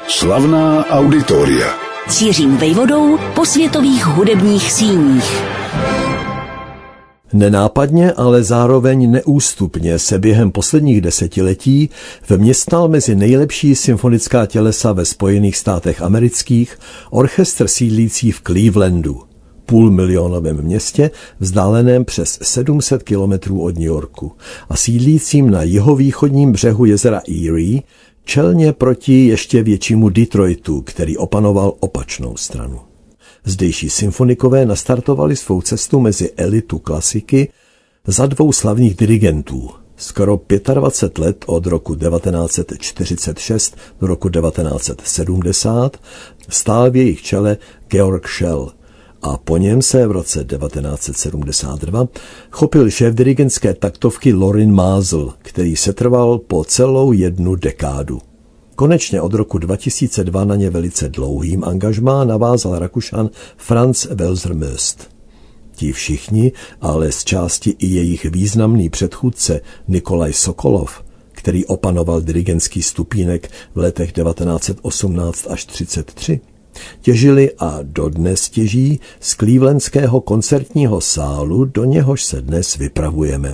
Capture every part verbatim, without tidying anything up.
Slavná auditoria. Cířím vejvodou po světových hudebních síních. Nenápadně, ale zároveň neústupně se během posledních desetiletí vměstal mezi nejlepší symfonická tělesa ve Spojených státech amerických orchestr sídlící v Clevelandu, půlmilionovém městě vzdáleném přes sedm set kilometrů od New Yorku a sídlícím na jihovýchodním břehu jezera Erie, čelně proti ještě většímu Detroitu, který opanoval opačnou stranu. Zdejší symfonikové nastartovali svou cestu mezi elitu klasiky za dvou slavných dirigentů. Skoro dvacet pět let od roku devatenáct set čtyřicet šest do roku devatenáct set sedmdesát stál v jejich čele Georg Szell a po něm se v roce devatenáct set sedmdesát dva chopil šéf dirigentské taktovky Lorin Maazel, který setrval po celou jednu dekádu. Konečně od roku dva tisíce dva na ně velice dlouhým angažmá navázal Rakušan Franz Welser Möst. Ti všichni, ale z části i jejich významný předchůdce Nikolaj Sokolov, který opanoval dirigentský stupínek v letech devatenáct set osmnáct až třicet tři, těžili a dodnes těží z clevelandského koncertního sálu, do něhož se dnes vypravujeme.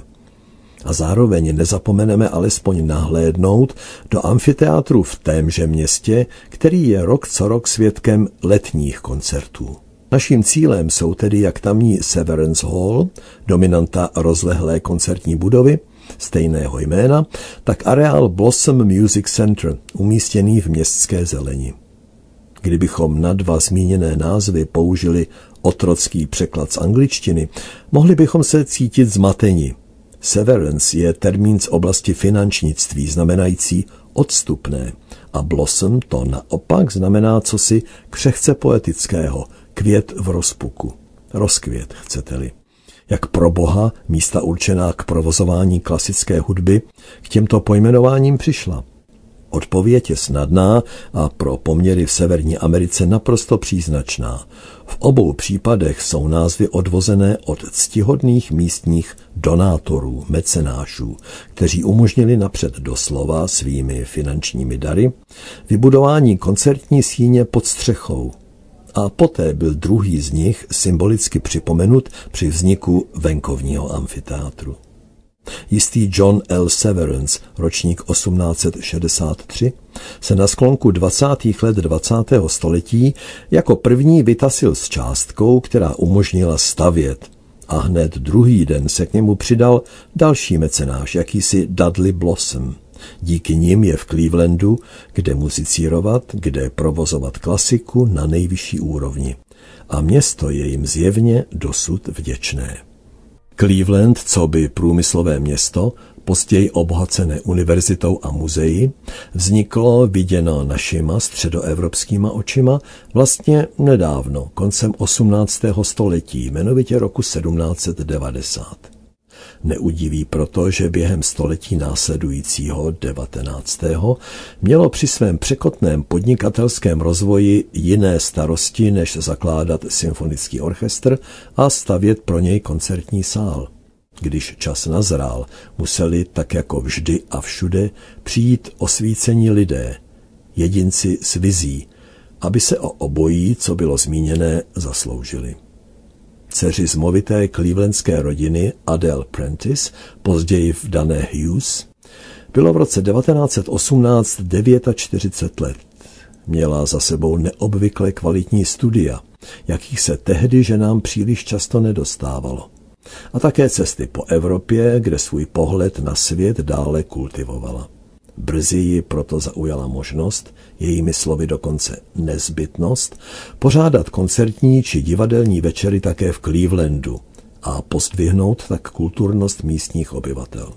A zároveň nezapomeneme alespoň nahlédnout do amfiteátru v témže městě, který je rok co rok svědkem letních koncertů. Naším cílem jsou tedy jak tamní Severance Hall, dominanta rozlehlé koncertní budovy, stejného jména, tak areál Blossom Music Center, umístěný v městské zeleni. Kdybychom na dva zmíněné názvy použili otrocký překlad z angličtiny, mohli bychom se cítit zmateni. Severance je termín z oblasti finančnictví znamenající odstupné a blossom to naopak znamená cosi křehce poetického, květ v rozpuku. Rozkvět, chcete-li. Jak pro Boha místa určená k provozování klasické hudby k těmto pojmenováním přišla? Odpověď je snadná a pro poměry v Severní Americe naprosto příznačná. V obou případech jsou názvy odvozené od ctihodných místních donátorů, mecenášů, kteří umožnili napřed doslova svými finančními dary vybudování koncertní síně pod střechou. A poté byl druhý z nich symbolicky připomenut při vzniku venkovního amfiteátru. Jistý John L. Severance, ročník osmnáct set šedesát tři, se na sklonku dvacátých let dvacátého století jako první vytasil s částkou, která umožnila stavět. A hned druhý den se k němu přidal další mecenáš, jakýsi Dudley Blossom. Díky nim je v Clevelandu, kde muzicírovat, kde provozovat klasiku na nejvyšší úrovni. A město je jim zjevně dosud vděčné. Cleveland, coby průmyslové město, později obohacené univerzitou a muzeí, vzniklo, viděno našima středoevropskýma očima, vlastně nedávno, koncem osmnáctého století, jmenovitě roku sedmnáct set devadesát. Neudiví proto, že během století následujícího devatenáctého mělo při svém překotném podnikatelském rozvoji jiné starosti, než zakládat symfonický orchestr a stavět pro něj koncertní sál. Když čas nazrál, museli, tak jako vždy a všude, přijít osvícení lidé, jedinci s vizí, aby se o obojí, co bylo zmíněné, zasloužili. Dceři z movité clevelandské rodiny Adele Prentice, později vdané Hughes, bylo v roce devatenáct set osmnáct čtyřicet devět let. Měla za sebou neobvykle kvalitní studia, jakých se tehdy ženám příliš často nedostávalo. A také cesty po Evropě, kde svůj pohled na svět dále kultivovala. Brzy ji proto zaujala možnost, jejími slovy dokonce nezbytnost, pořádat koncertní či divadelní večery také v Clevelandu a pozdvihnout tak kulturnost místních obyvatel.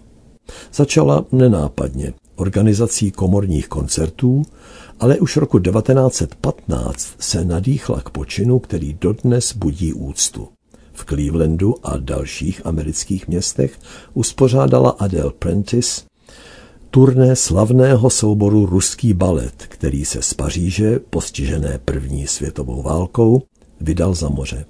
Začala nenápadně organizací komorních koncertů, ale už roku devatenáct set patnáct se nadýchla k počinu, který dodnes budí úctu. V Clevelandu a dalších amerických městech uspořádala Adele Prentice turné slavného souboru Ruský balet, který se z Paříže, postižené první světovou válkou, vydal za moře.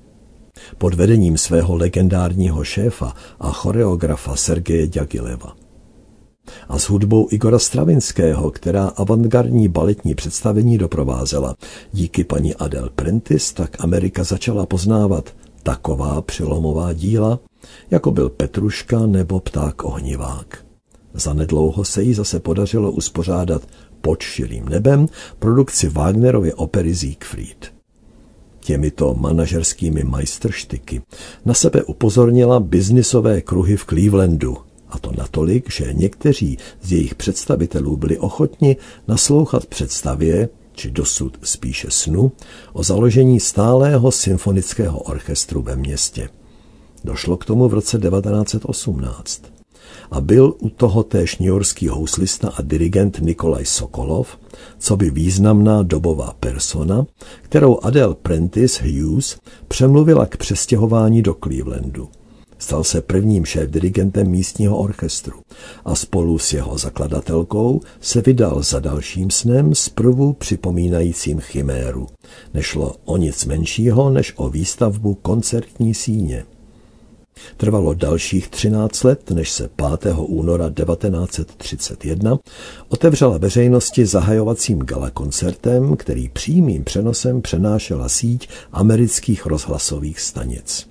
Pod vedením svého legendárního šéfa a choreografa Sergeje Ďagileva. A s hudbou Igora Stravinského, která avantgardní baletní představení doprovázela. Díky paní Adele Prentice tak Amerika začala poznávat taková přelomová díla, jako byl Petruška nebo Pták ohnivák. Zanedlouho se jí zase podařilo uspořádat Pod širým nebem produkci Wagnerovy opery Siegfried. Těmito manažerskými majstrštyky na sebe upozornila biznisové kruhy v Clevelandu, a to natolik, že někteří z jejich představitelů byli ochotni naslouchat představě, či dosud spíše snu, o založení stálého symfonického orchestru ve městě. Došlo k tomu v roce devatenáct set osmnáct. A byl u toho též newyorský houslista a dirigent Nikolaj Sokolov, co by významná dobová persona, kterou Adele Prentice Hughes přemluvila k přestěhování do Clevelandu. Stal se prvním šéfdirigentem místního orchestru a spolu s jeho zakladatelkou se vydal za dalším snem zprvu připomínajícím chiméru. Nešlo o nic menšího než o výstavbu koncertní síně. Trvalo dalších třináct let, než se pátého února devatenáct set třicet jedna otevřela veřejnosti zahajovacím galakoncertem, který přímým přenosem přenášela síť amerických rozhlasových stanic.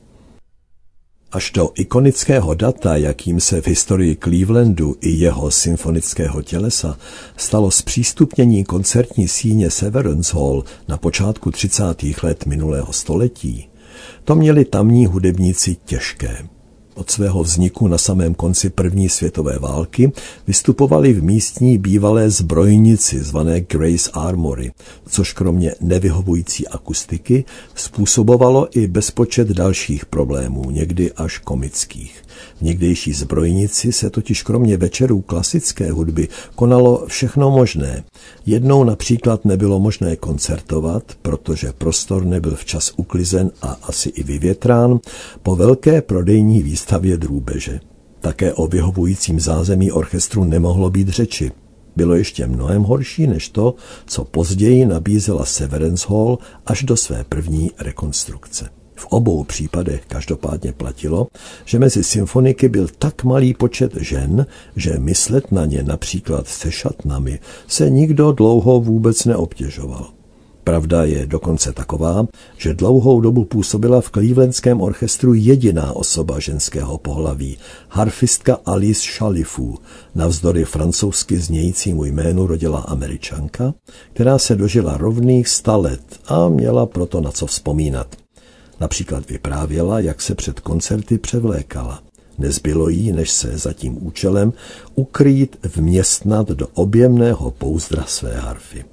Až do ikonického data, jakým se v historii Clevelandu i jeho symfonického tělesa stalo zpřístupnění koncertní síně Severance Hall na počátku třicátých let minulého století, to měli tamní hudebníci těžké. Od svého vzniku na samém konci první světové války vystupovali v místní bývalé zbrojnici zvané Grace Armory, což kromě nevyhovující akustiky způsobovalo i bezpočet dalších problémů, někdy až komických. V někdejší zbrojnici se totiž kromě večerů klasické hudby konalo všechno možné. Jednou například nebylo možné koncertovat, protože prostor nebyl včas uklizen a asi i vyvětrán po velké prodejní výstavě drůbeže. Také o vyhovujícím zázemí orchestru nemohlo být řeči. Bylo ještě mnohem horší než to, co později nabízela Severance Hall až do své první rekonstrukce. V obou případech každopádně platilo, že mezi symfoniky byl tak malý počet žen, že myslet na ně například se šatnami se nikdo dlouho vůbec neobtěžoval. Pravda je dokonce taková, že dlouhou dobu působila v clevelandském orchestru jediná osoba ženského pohlaví, harfistka Alice Chalifou, navzdory francouzsky znějícímu jménu rodila Američanka, která se dožila rovných sta let a měla proto na co vzpomínat. Například vyprávěla, jak se před koncerty převlékala. Nezbylo jí, než se za tím účelem ukrýt vměstnat do objemného pouzdra své harfy.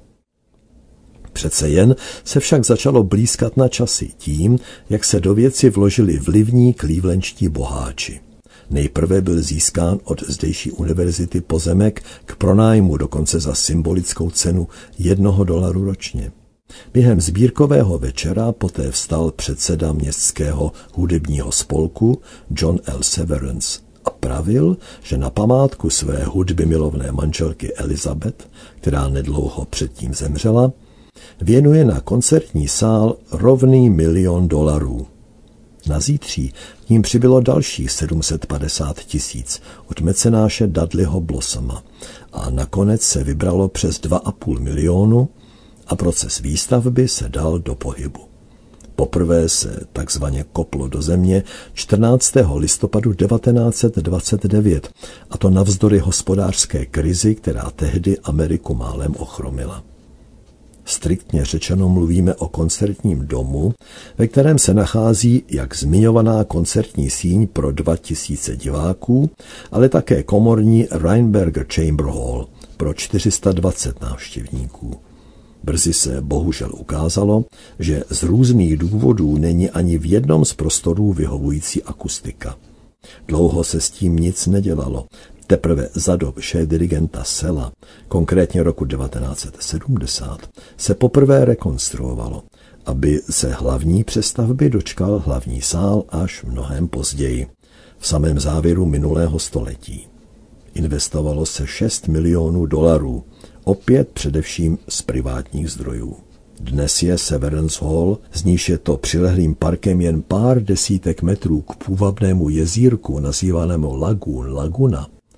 Přece jen se však začalo blýskat na časy tím, jak se do věci vložili vlivní clevelandští boháči. Nejprve byl získán od zdejší univerzity pozemek k pronájmu dokonce za symbolickou cenu jednoho dolaru ročně. Během sbírkového večera poté vstal předseda městského hudebního spolku John L. Severance a pravil, že na památku své hudby milovné manželky Elizabeth, která nedlouho předtím zemřela, věnuje na koncertní sál rovný milion dolarů. Na zítří k ním přibylo dalších sedm set padesát tisíc od mecenáše Dudleyho Blossoma a nakonec se vybralo přes dva a půl milionu a proces výstavby se dal do pohybu. Poprvé se takzvaně koplo do země čtrnáctého listopadu devatenáct set dvacet devět, a to navzdory hospodářské krizi, která tehdy Ameriku málem ochromila. Striktně řečeno mluvíme o koncertním domu, ve kterém se nachází jak zmiňovaná koncertní síň pro dva tisíce diváků, ale také komorní Rheinberger Chamber Hall pro čtyři sta dvacet návštěvníků. Brzy se bohužel ukázalo, že z různých důvodů není ani v jednom z prostorů vyhovující akustika. Dlouho se s tím nic nedělalo. Teprve za dob šéfdirigenta Sella, konkrétně roku devatenáct set sedmdesát, se poprvé rekonstruovalo, aby se hlavní přestavby dočkal hlavní sál až mnohem později, v samém závěru minulého století. Investovalo se šest milionů dolarů, opět především z privátních zdrojů. Dnes je Severance Hall, z níž je to přilehlým parkem jen pár desítek metrů k půvabnému jezírku nazývanému Lagoon Laguna,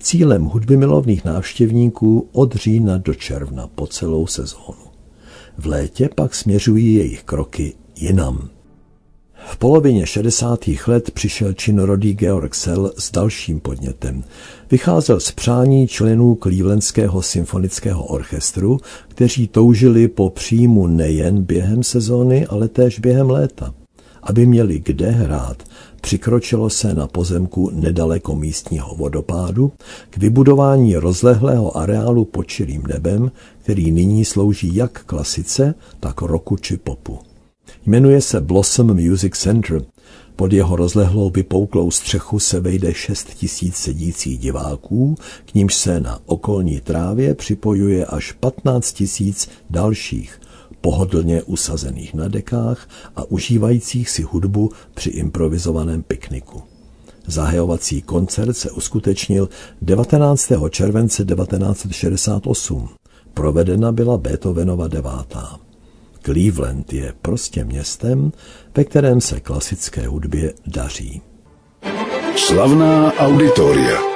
cílem hudby milovných návštěvníků od října do června po celou sezónu. V létě pak směřují jejich kroky jinam. V polovině šedesátých let přišel činorodý Georg Szell s dalším podnětem. Vycházel z přání členů Clevelandského symfonického orchestru, kteří toužili po příjmu nejen během sezóny, ale též během léta. Aby měli kde hrát, přikročilo se na pozemku nedaleko místního vodopádu k vybudování rozlehlého areálu pod širým nebem, který nyní slouží jak klasice, tak rocku či popu. Jmenuje se Blossom Music Center. Pod jeho rozlehlou vypouklou střechu se vejde šest tisíc sedících diváků, k nímž se na okolní trávě připojuje až patnáct tisíc dalších, pohodlně usazených na dekách a užívajících si hudbu při improvizovaném pikniku. Zahajovací koncert se uskutečnil devatenáctého července devatenáct set šedesát osm. Provedena byla Beethovenova devátá. Cleveland je prostě městem, ve kterém se klasické hudbě daří. Slavná auditoria.